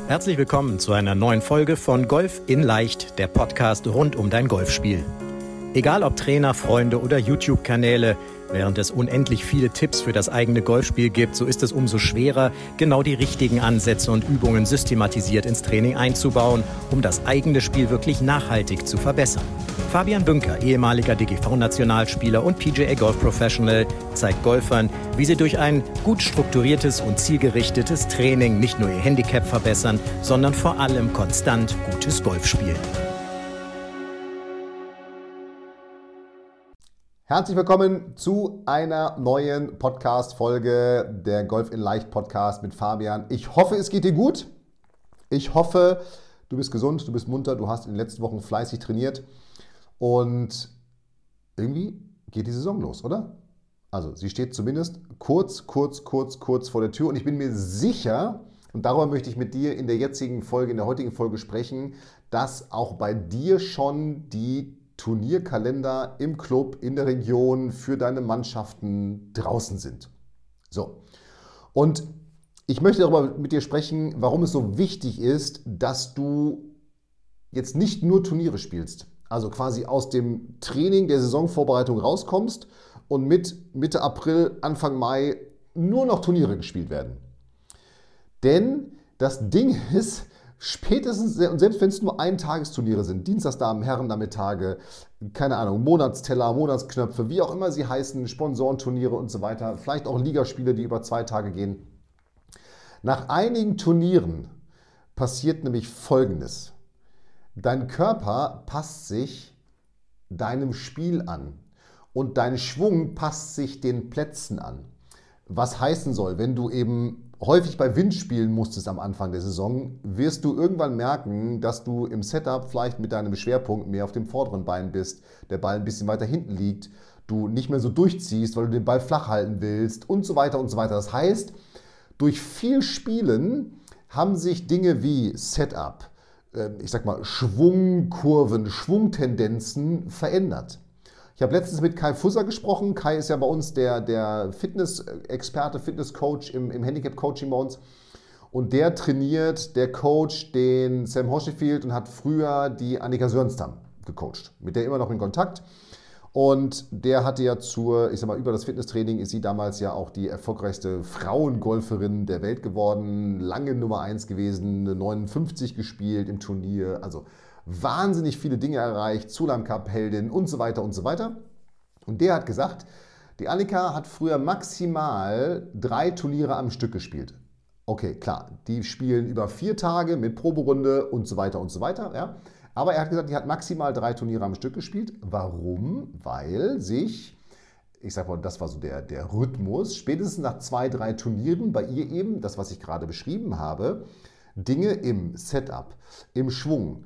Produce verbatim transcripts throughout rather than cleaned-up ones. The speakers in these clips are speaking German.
Herzlich willkommen zu einer neuen Folge von Golf in Leicht, der Podcast rund um dein Golfspiel. Egal ob Trainer, Freunde oder YouTube-Kanäle, während es unendlich viele Tipps für das eigene Golfspiel gibt, so ist es umso schwerer, genau die richtigen Ansätze und Übungen systematisiert ins Training einzubauen, um das eigene Spiel wirklich nachhaltig zu verbessern. Fabian Bünker, ehemaliger D G V-Nationalspieler und P G A Golf Professional, zeigt Golfern, wie sie durch ein gut strukturiertes und zielgerichtetes Training nicht nur ihr Handicap verbessern, sondern vor allem konstant gutes Golf spielen. Herzlich willkommen zu einer neuen Podcast-Folge der Golf in Leicht Podcast mit Fabian. Ich hoffe, es geht dir gut. Ich hoffe, du bist gesund, du bist munter, du hast in den letzten Wochen fleißig trainiert und irgendwie geht die Saison los, oder? Also sie steht zumindest kurz, kurz, kurz, kurz vor der Tür und ich bin mir sicher, und darüber möchte ich mit dir in der jetzigen Folge, in der heutigen Folge sprechen, dass auch bei dir schon die Turnierkalender im Club, in der Region für deine Mannschaften draußen sind. So, und ich möchte darüber mit dir sprechen, warum es so wichtig ist, dass du jetzt nicht nur Turniere spielst, also quasi aus dem Training der Saisonvorbereitung rauskommst und mit Mitte April, Anfang Mai nur noch Turniere gespielt werden. Denn das Ding ist, spätestens, und selbst wenn es nur Eintagesturniere sind, Dienstagsdamen, Herrennachmittage, keine Ahnung, Monatsteller, Monatsknöpfe, wie auch immer sie heißen, Sponsorenturniere und so weiter, vielleicht auch Ligaspiele, die über zwei Tage gehen. Nach einigen Turnieren passiert nämlich Folgendes. Dein Körper passt sich deinem Spiel an und dein Schwung passt sich den Plätzen an. Was heißen soll, wenn du eben häufig bei Wind spielen musstest am Anfang der Saison, wirst du irgendwann merken, dass du im Setup vielleicht mit deinem Schwerpunkt mehr auf dem vorderen Bein bist, der Ball ein bisschen weiter hinten liegt, du nicht mehr so durchziehst, weil du den Ball flach halten willst und so weiter und so weiter. Das heißt, durch viel Spielen haben sich Dinge wie Setup, ich sag mal Schwungkurven, Schwungtendenzen verändert. Ich habe letztens mit Kai Fusser gesprochen. Kai ist ja bei uns der, der Fitness-Experte, Fitness-Coach im, im Handicap-Coaching bei uns. Und der trainiert, der Coach den Sam Horschifield und hat früher die Annika Sörenstam gecoacht. Mit der immer noch in Kontakt. Und der hatte ja zur, ich sag mal, über das Fitnesstraining ist sie damals ja auch die erfolgreichste Frauengolferin der Welt geworden. Lange Nummer eins gewesen, neunundfünfzig gespielt im Turnier. Also wahnsinnig viele Dinge erreicht, Zulam Cup Heldin und so weiter und so weiter. Und der hat gesagt, die Annika hat früher maximal drei Turniere am Stück gespielt. Okay, klar, die spielen über vier Tage mit Proberunde und so weiter und so weiter. Ja. Aber er hat gesagt, die hat maximal drei Turniere am Stück gespielt. Warum? Weil sich, ich sag mal, das war so der, der Rhythmus, spätestens nach zwei, drei Turnieren bei ihr eben, das, was ich gerade beschrieben habe, Dinge im Setup, im Schwung,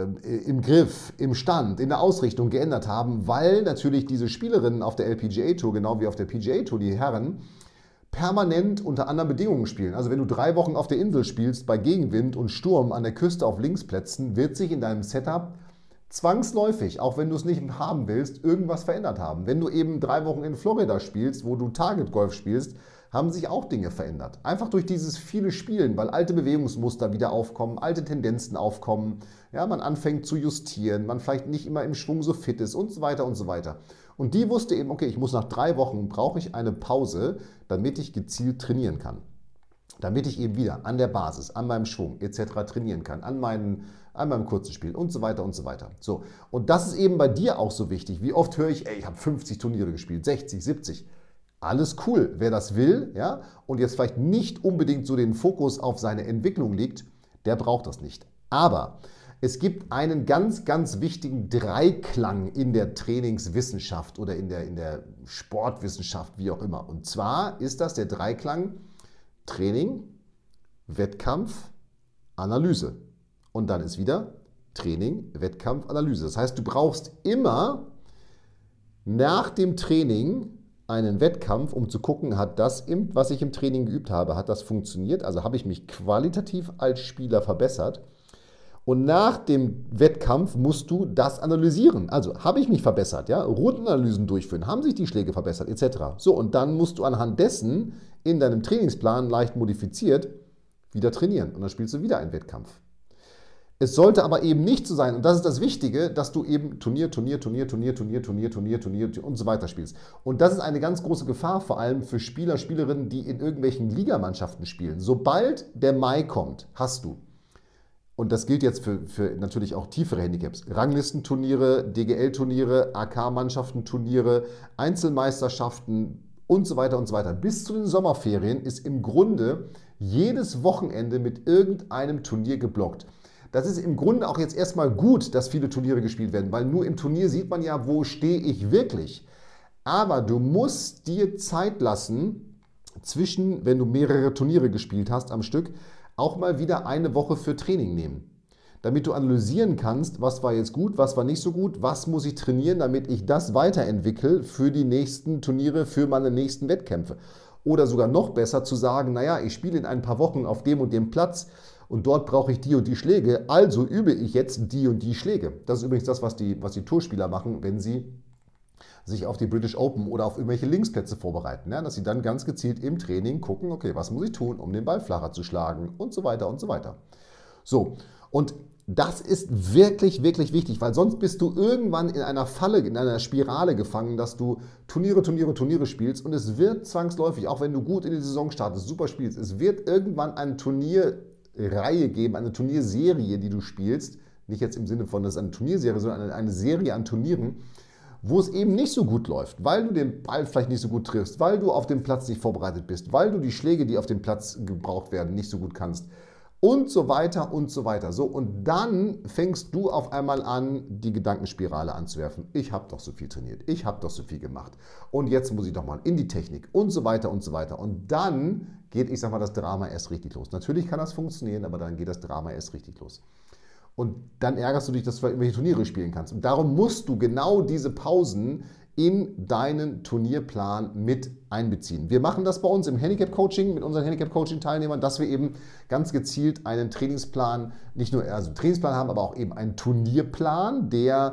im Griff, im Stand, in der Ausrichtung geändert haben, weil natürlich diese Spielerinnen auf der L P G A Tour, genau wie auf der P G A Tour, die Herren, permanent unter anderen Bedingungen spielen. Also wenn du drei Wochen auf der Insel spielst, bei Gegenwind und Sturm an der Küste auf Linksplätzen, wird sich in deinem Setup zwangsläufig, auch wenn du es nicht haben willst, irgendwas verändert haben. Wenn du eben drei Wochen in Florida spielst, wo du Target Golf spielst, haben sich auch Dinge verändert. Einfach durch dieses viele Spielen, weil alte Bewegungsmuster wieder aufkommen, alte Tendenzen aufkommen, ja, man anfängt zu justieren, man vielleicht nicht immer im Schwung so fit ist und so weiter und so weiter. Und die wusste eben, okay, ich muss nach drei Wochen, brauche ich eine Pause, damit ich gezielt trainieren kann. Damit ich eben wieder an der Basis, an meinem Schwung et cetera trainieren kann, an, meinen, an meinem kurzen Spiel und so weiter und so weiter. So. Und das ist eben bei dir auch so wichtig. Wie oft höre ich, ey, ich habe fünfzig Turniere gespielt, sechzig, siebzig. Alles cool, wer das will, ja, und jetzt vielleicht nicht unbedingt so den Fokus auf seine Entwicklung legt, der braucht das nicht. Aber es gibt einen ganz, ganz wichtigen Dreiklang in der Trainingswissenschaft oder in der, in der Sportwissenschaft, wie auch immer. Und zwar ist das der Dreiklang Training, Wettkampf, Analyse. Und dann ist wieder Training, Wettkampf, Analyse. Das heißt, du brauchst immer nach dem Training einen Wettkampf, um zu gucken, hat das, was ich im Training geübt habe, hat das funktioniert? Also habe ich mich qualitativ als Spieler verbessert? Und nach dem Wettkampf musst du das analysieren. Also habe ich mich verbessert, ja? Rundenanalysen durchführen, haben sich die Schläge verbessert, et cetera. So, und dann musst du anhand dessen in deinem Trainingsplan leicht modifiziert wieder trainieren und dann spielst du wieder einen Wettkampf. Es sollte aber eben nicht so sein, und das ist das Wichtige, dass du eben Turnier, Turnier, Turnier, Turnier, Turnier, Turnier, Turnier, Turnier und so weiter spielst. Und das ist eine ganz große Gefahr, vor allem für Spieler, Spielerinnen, die in irgendwelchen Ligamannschaften spielen. Sobald der Mai kommt, hast du, und das gilt jetzt für, für natürlich auch tiefere Handicaps, Ranglistenturniere, D G L-Turniere, A K-Mannschaften, Turniere, Einzelmeisterschaften und so weiter und so weiter. Bis zu den Sommerferien ist im Grunde jedes Wochenende mit irgendeinem Turnier geblockt. Das ist im Grunde auch jetzt erstmal gut, dass viele Turniere gespielt werden, weil nur im Turnier sieht man ja, wo stehe ich wirklich. Aber du musst dir Zeit lassen, zwischen, wenn du mehrere Turniere gespielt hast am Stück, auch mal wieder eine Woche für Training nehmen. Damit du analysieren kannst, was war jetzt gut, was war nicht so gut, was muss ich trainieren, damit ich das weiterentwickle für die nächsten Turniere, für meine nächsten Wettkämpfe. Oder sogar noch besser zu sagen, naja, ich spiele in ein paar Wochen auf dem und dem Platz, und dort brauche ich die und die Schläge, also übe ich jetzt die und die Schläge. Das ist übrigens das, was die, was die Tourspieler machen, wenn sie sich auf die British Open oder auf irgendwelche Linksplätze vorbereiten. Ja, dass sie dann ganz gezielt im Training gucken, okay, was muss ich tun, um den Ball flacher zu schlagen und so weiter und so weiter. So, und das ist wirklich, wirklich wichtig, weil sonst bist du irgendwann in einer Falle, in einer Spirale gefangen, dass du Turniere, Turniere, Turniere spielst, und es wird zwangsläufig, auch wenn du gut in die Saison startest, super spielst, es wird irgendwann ein Turnier Reihe geben, eine Turnierserie, die du spielst, nicht jetzt im Sinne von, das ist eine Turnierserie, sondern eine, eine Serie an Turnieren, wo es eben nicht so gut läuft, weil du den Ball vielleicht nicht so gut triffst, weil du auf dem Platz nicht vorbereitet bist, weil du die Schläge, die auf dem Platz gebraucht werden, nicht so gut kannst und so weiter und so weiter. So, und dann fängst du auf einmal an, die Gedankenspirale anzuwerfen. Ich habe doch so viel trainiert, ich habe doch so viel gemacht und jetzt muss ich doch mal in die Technik und so weiter und so weiter. Und dann geht, ich sag mal, das Drama erst richtig los. Natürlich kann das funktionieren, aber dann geht das Drama erst richtig los. Und dann ärgerst du dich, dass du irgendwelche Turniere spielen kannst. Und darum musst du genau diese Pausen in deinen Turnierplan mit einbeziehen. Wir machen das bei uns im Handicap-Coaching mit unseren Handicap-Coaching-Teilnehmern, dass wir eben ganz gezielt einen Trainingsplan, nicht nur also einen Trainingsplan haben, aber auch eben einen Turnierplan, der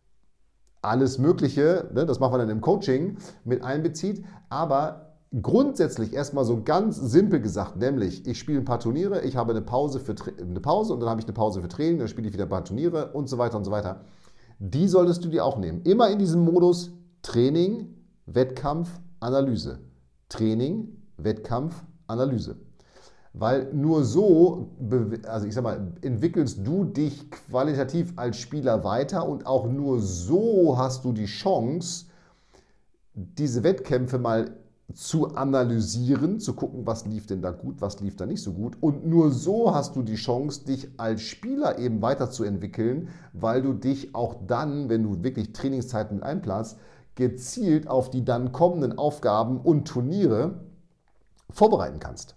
alles Mögliche, ne, das machen wir dann im Coaching, mit einbezieht. Aber grundsätzlich erstmal so ganz simpel gesagt, nämlich ich spiele ein paar Turniere, ich habe eine Pause, für, eine Pause und dann habe ich eine Pause für Training, dann spiele ich wieder ein paar Turniere und so weiter und so weiter. Die solltest du dir auch nehmen. Immer in diesem Modus Training, Wettkampf, Analyse. Training, Wettkampf, Analyse. Weil nur so, also ich sag mal, entwickelst du dich qualitativ als Spieler weiter und auch nur so hast du die Chance, diese Wettkämpfe mal zu analysieren, zu gucken, was lief denn da gut, was lief da nicht so gut. Und nur so hast du die Chance, dich als Spieler eben weiterzuentwickeln, weil du dich auch dann, wenn du wirklich Trainingszeiten mit einplanst, gezielt auf die dann kommenden Aufgaben und Turniere vorbereiten kannst.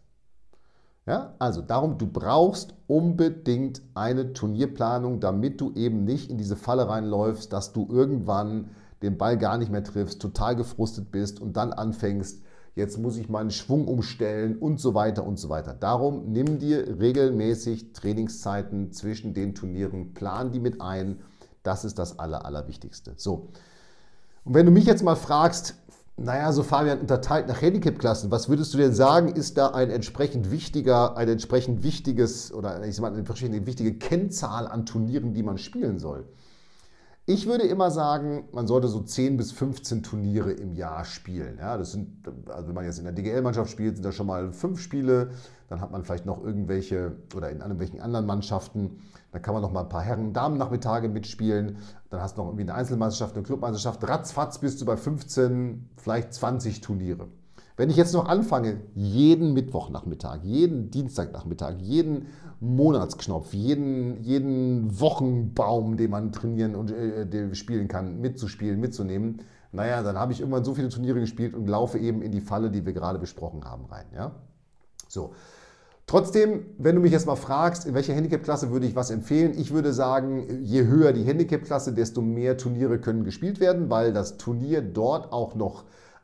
Ja, also darum, du brauchst unbedingt eine Turnierplanung, damit du eben nicht in diese Falle reinläufst, dass du irgendwann den Ball gar nicht mehr triffst, total gefrustet bist und dann anfängst, jetzt muss ich meinen Schwung umstellen und so weiter und so weiter. Darum nimm dir regelmäßig Trainingszeiten zwischen den Turnieren, plan die mit ein. Das ist das Aller, Allerwichtigste. So. Und wenn du mich jetzt mal fragst, naja, so Fabian, unterteilt nach Handicap-Klassen, was würdest du denn sagen, ist da ein entsprechend wichtiger, ein entsprechend wichtiges oder ich sag mal, eine entsprechend wichtige Kennzahl an Turnieren, die man spielen soll? Ich würde immer sagen, man sollte so zehn bis fünfzehn Turniere im Jahr spielen. Ja, das sind, also wenn man jetzt in der D G L-Mannschaft spielt, sind das schon mal fünf Spiele. Dann hat man vielleicht noch irgendwelche, oder in irgendwelchen anderen Mannschaften, dann kann man noch mal ein paar Herren-Damen-Nachmittage mitspielen. Dann hast du noch irgendwie eine Einzelmeisterschaft, eine Clubmeisterschaft. Ratzfatz bist du bei fünfzehn, vielleicht zwanzig Turniere. Wenn ich jetzt noch anfange, jeden Mittwochnachmittag, jeden Dienstagnachmittag, jeden Monatsknopf, jeden, jeden Wochenbaum, den man trainieren und äh, spielen kann, mitzuspielen, mitzunehmen, naja, dann habe ich irgendwann so viele Turniere gespielt und laufe eben in die Falle, die wir gerade besprochen haben, rein. Ja? So. Trotzdem, wenn du mich jetzt mal fragst, in welcher Handicap-Klasse würde ich was empfehlen, ich würde sagen, je höher die Handicap-Klasse, desto mehr Turniere können gespielt werden, weil das Turnier dort auch noch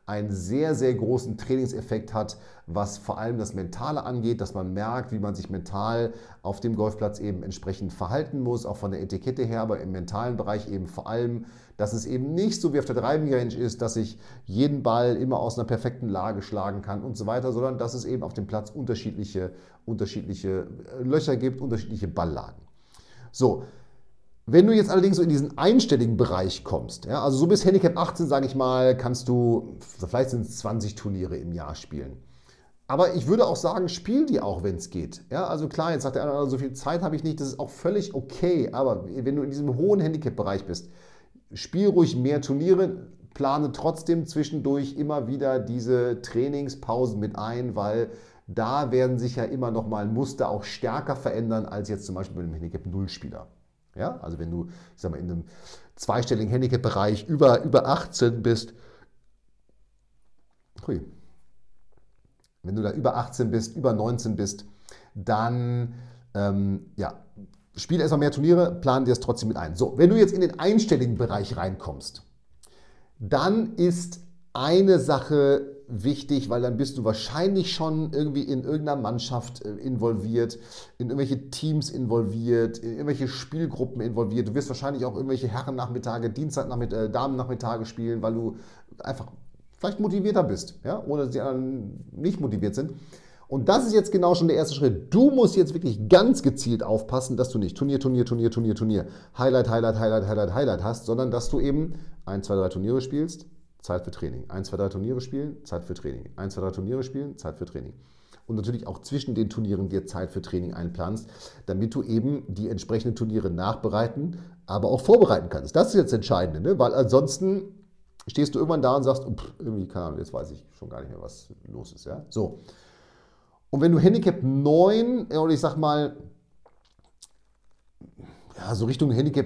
einen sehr, sehr großen Trainingseffekt hat, was vor allem das Mentale angeht, dass man merkt, wie man sich mental auf dem Golfplatz eben entsprechend verhalten muss, auch von der Etikette her, aber im mentalen Bereich eben vor allem, dass es eben nicht so wie auf der Driving Range ist, dass ich jeden Ball immer aus einer perfekten Lage schlagen kann und so weiter, sondern dass es eben auf dem Platz unterschiedliche, unterschiedliche Löcher gibt, unterschiedliche Balllagen. So. Wenn du jetzt allerdings so in diesen einstelligen Bereich kommst, ja, also so bis Handicap achtzehn, sage ich mal, kannst du, vielleicht sind es zwanzig Turniere im Jahr spielen. Aber ich würde auch sagen, spiel die auch, wenn es geht. Ja, also klar, jetzt sagt der andere, so viel Zeit habe ich nicht, das ist auch völlig okay. Aber wenn du in diesem hohen Handicap-Bereich bist, spiel ruhig mehr Turniere, plane trotzdem zwischendurch immer wieder diese Trainingspausen mit ein, weil da werden sich ja immer noch mal Muster auch stärker verändern als jetzt zum Beispiel mit einem Handicap null Spieler. Ja, also wenn du, ich sag mal, in einem zweistelligen Handicap-Bereich über, über achtzehn bist, hui, wenn du da über achtzehn bist, über neunzehn bist, dann ähm, ja, spiel erstmal mehr Turniere, plan dir das trotzdem mit ein. So, wenn du jetzt in den einstelligen Bereich reinkommst, dann ist eine Sache wichtig, weil dann bist du wahrscheinlich schon irgendwie in irgendeiner Mannschaft involviert, in irgendwelche Teams involviert, in irgendwelche Spielgruppen involviert. Du wirst wahrscheinlich auch irgendwelche Herrennachmittage, Dienstagnachmittage, Damennachmittage spielen, weil du einfach vielleicht motivierter bist, ja, oder dass die anderen nicht motiviert sind. Und das ist jetzt genau schon der erste Schritt. Du musst jetzt wirklich ganz gezielt aufpassen, dass du nicht Turnier, Turnier, Turnier, Turnier, Turnier, Highlight, Highlight, Highlight, Highlight, Highlight hast, sondern dass du eben ein, zwei, drei Turniere spielst, Zeit für Training. ein, zwei, drei Turniere spielen, Zeit für Training. ein, zwei, drei Turniere spielen, Zeit für Training. Und natürlich auch zwischen den Turnieren dir Zeit für Training einplanst, damit du eben die entsprechenden Turniere nachbereiten, aber auch vorbereiten kannst. Das ist jetzt entscheidend, ne? Weil ansonsten stehst du irgendwann da und sagst, oh, pff, irgendwie, keine Ahnung, jetzt weiß ich schon gar nicht mehr, was los ist. Ja? So. Und wenn du Handicap neun, oder ich sag mal, ja, so Richtung Handicap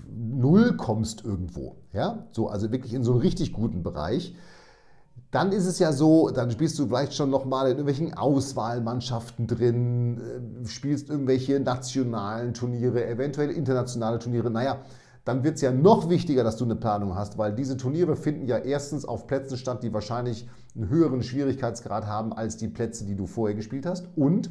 null kommst irgendwo, ja, so, also wirklich in so einen richtig guten Bereich, dann ist es ja so, dann spielst du vielleicht schon nochmal in irgendwelchen Auswahlmannschaften drin, spielst irgendwelche nationalen Turniere, eventuell internationale Turniere, naja, dann wird es ja noch wichtiger, dass du eine Planung hast, weil diese Turniere finden ja erstens auf Plätzen statt, die wahrscheinlich einen höheren Schwierigkeitsgrad haben als die Plätze, die du vorher gespielt hast, und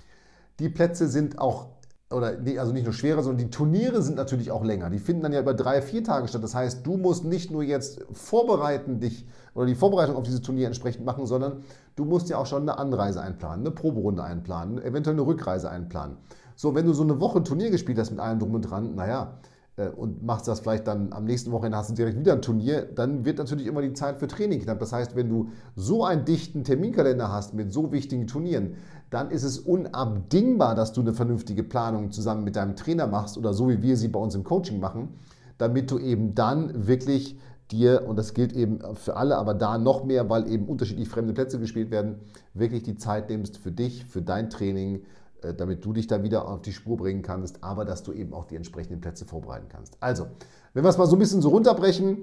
die Plätze sind auch oder nee, also nicht nur schwerer, sondern die Turniere sind natürlich auch länger. Die finden dann ja über drei, vier Tage statt. Das heißt, du musst nicht nur jetzt vorbereiten dich oder die Vorbereitung auf dieses Turnier entsprechend machen, sondern du musst ja auch schon eine Anreise einplanen, eine Proberunde einplanen, eventuell eine Rückreise einplanen. So, wenn du so eine Woche ein Turnier gespielt hast mit allem drum und dran, naja, und machst das vielleicht dann am nächsten Wochenende, hast du direkt wieder ein Turnier, dann wird natürlich immer die Zeit für Training knapp. Das heißt, wenn du so einen dichten Terminkalender hast mit so wichtigen Turnieren, dann ist es unabdingbar, dass du eine vernünftige Planung zusammen mit deinem Trainer machst oder so wie wir sie bei uns im Coaching machen, damit du eben dann wirklich dir, und das gilt eben für alle, aber da noch mehr, weil eben unterschiedlich fremde Plätze gespielt werden, wirklich die Zeit nimmst für dich, für dein Training, damit du dich da wieder auf die Spur bringen kannst, aber dass du eben auch die entsprechenden Plätze vorbereiten kannst. Also, wenn wir es mal so ein bisschen so runterbrechen,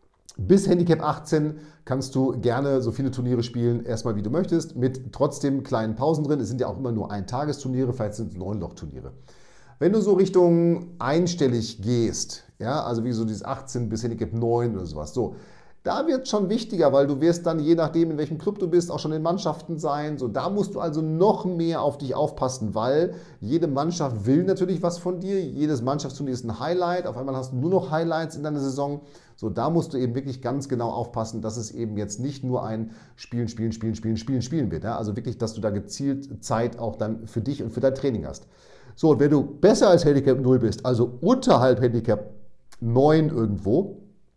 bis Handicap achtzehn kannst du gerne so viele Turniere spielen, erstmal wie du möchtest, mit trotzdem kleinen Pausen drin. Es sind ja auch immer nur Ein-Tagesturniere, vielleicht sind es Neun-Loch-Turniere. Wenn du so Richtung einstellig gehst, ja, also wie so dieses achtzehn bis Handicap neun oder sowas, so, da wird es schon wichtiger, weil du wirst dann, je nachdem, in welchem Club du bist, auch schon in Mannschaften sein. So, da musst du also noch mehr auf dich aufpassen, weil jede Mannschaft will natürlich was von dir. Jedes Mannschaftsturnier ist ein Highlight. Auf einmal hast du nur noch Highlights in deiner Saison. So, da musst du eben wirklich ganz genau aufpassen, dass es eben jetzt nicht nur ein Spielen, Spielen, Spielen, Spielen, Spielen, Spielen wird. Ja? Also wirklich, dass du da gezielt Zeit auch dann für dich und für dein Training hast. So, und wenn du besser als Handicap null bist, also unterhalb Handicap neun irgendwo,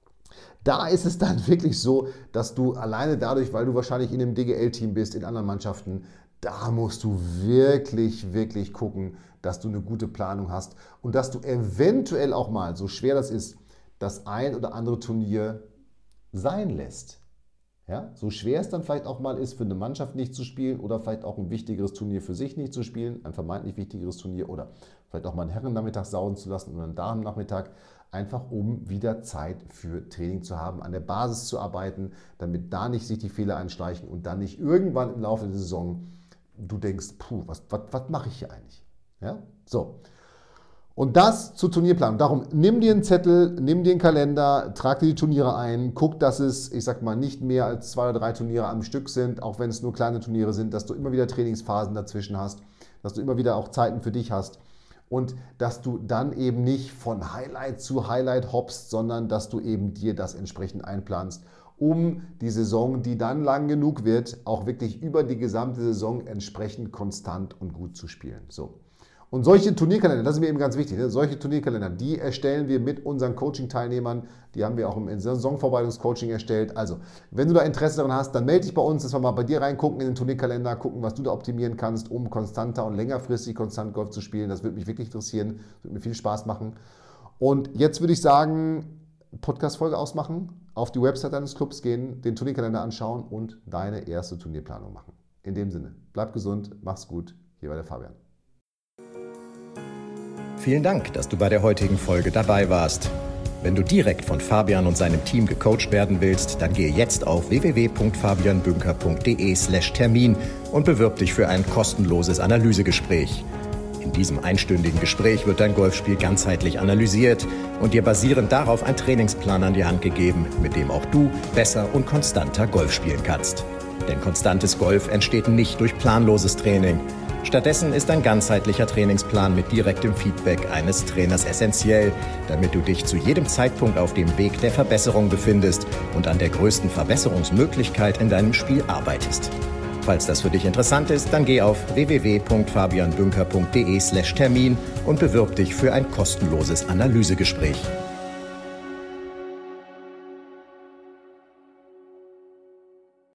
da ist es dann wirklich so, dass du alleine dadurch, weil du wahrscheinlich in einem D G L-Team bist, in anderen Mannschaften, da musst du wirklich, wirklich gucken, dass du eine gute Planung hast und dass du eventuell auch mal, so schwer das ist, das ein oder andere Turnier sein lässt. Ja? So schwer es dann vielleicht auch mal ist, für eine Mannschaft nicht zu spielen oder vielleicht auch ein wichtigeres Turnier für sich nicht zu spielen, ein vermeintlich wichtigeres Turnier oder vielleicht auch mal einen Herrennachmittag saugen zu lassen oder einen Damennachmittag, einfach um wieder Zeit für Training zu haben, an der Basis zu arbeiten, damit da nicht sich die Fehler einschleichen und dann nicht irgendwann im Laufe der Saison du denkst, puh, was, was, was mache ich hier eigentlich? Ja? So. Und das zur Turnierplanung. Darum, nimm dir einen Zettel, nimm dir einen Kalender, trag dir die Turniere ein, guck, dass es, ich sag mal, nicht mehr als zwei oder drei Turniere am Stück sind, auch wenn es nur kleine Turniere sind, dass du immer wieder Trainingsphasen dazwischen hast, dass du immer wieder auch Zeiten für dich hast und dass du dann eben nicht von Highlight zu Highlight hoppst, sondern dass du eben dir das entsprechend einplanst, um die Saison, die dann lang genug wird, auch wirklich über die gesamte Saison entsprechend konstant und gut zu spielen. So. Und solche Turnierkalender, das ist mir eben ganz wichtig, ne? Solche Turnierkalender, die erstellen wir mit unseren Coaching-Teilnehmern, die haben wir auch im Saisonvorbereitungscoaching erstellt. Also, wenn du da Interesse daran hast, dann melde dich bei uns, dass wir mal bei dir reingucken in den Turnierkalender, gucken, was du da optimieren kannst, um konstanter und längerfristig konstant Golf zu spielen. Das würde mich wirklich interessieren, das würde mir viel Spaß machen. Und jetzt würde ich sagen, Podcast-Folge ausmachen, auf die Website deines Clubs gehen, den Turnierkalender anschauen und deine erste Turnierplanung machen. In dem Sinne, bleib gesund, mach's gut, hier war der Fabian. Vielen Dank, dass du bei der heutigen Folge dabei warst. Wenn du direkt von Fabian und seinem Team gecoacht werden willst, dann gehe jetzt auf w w w punkt fabian bünker punkt d e slash termin und bewirb dich für ein kostenloses Analysegespräch. In diesem einstündigen Gespräch wird dein Golfspiel ganzheitlich analysiert und dir basierend darauf ein Trainingsplan an die Hand gegeben, mit dem auch du besser und konstanter Golf spielen kannst. Denn konstantes Golf entsteht nicht durch planloses Training. Stattdessen ist ein ganzheitlicher Trainingsplan mit direktem Feedback eines Trainers essentiell, damit du dich zu jedem Zeitpunkt auf dem Weg der Verbesserung befindest und an der größten Verbesserungsmöglichkeit in deinem Spiel arbeitest. Falls das für dich interessant ist, dann geh auf w w w punkt fabian bünker punkt d e slash termin und bewirb dich für ein kostenloses Analysegespräch.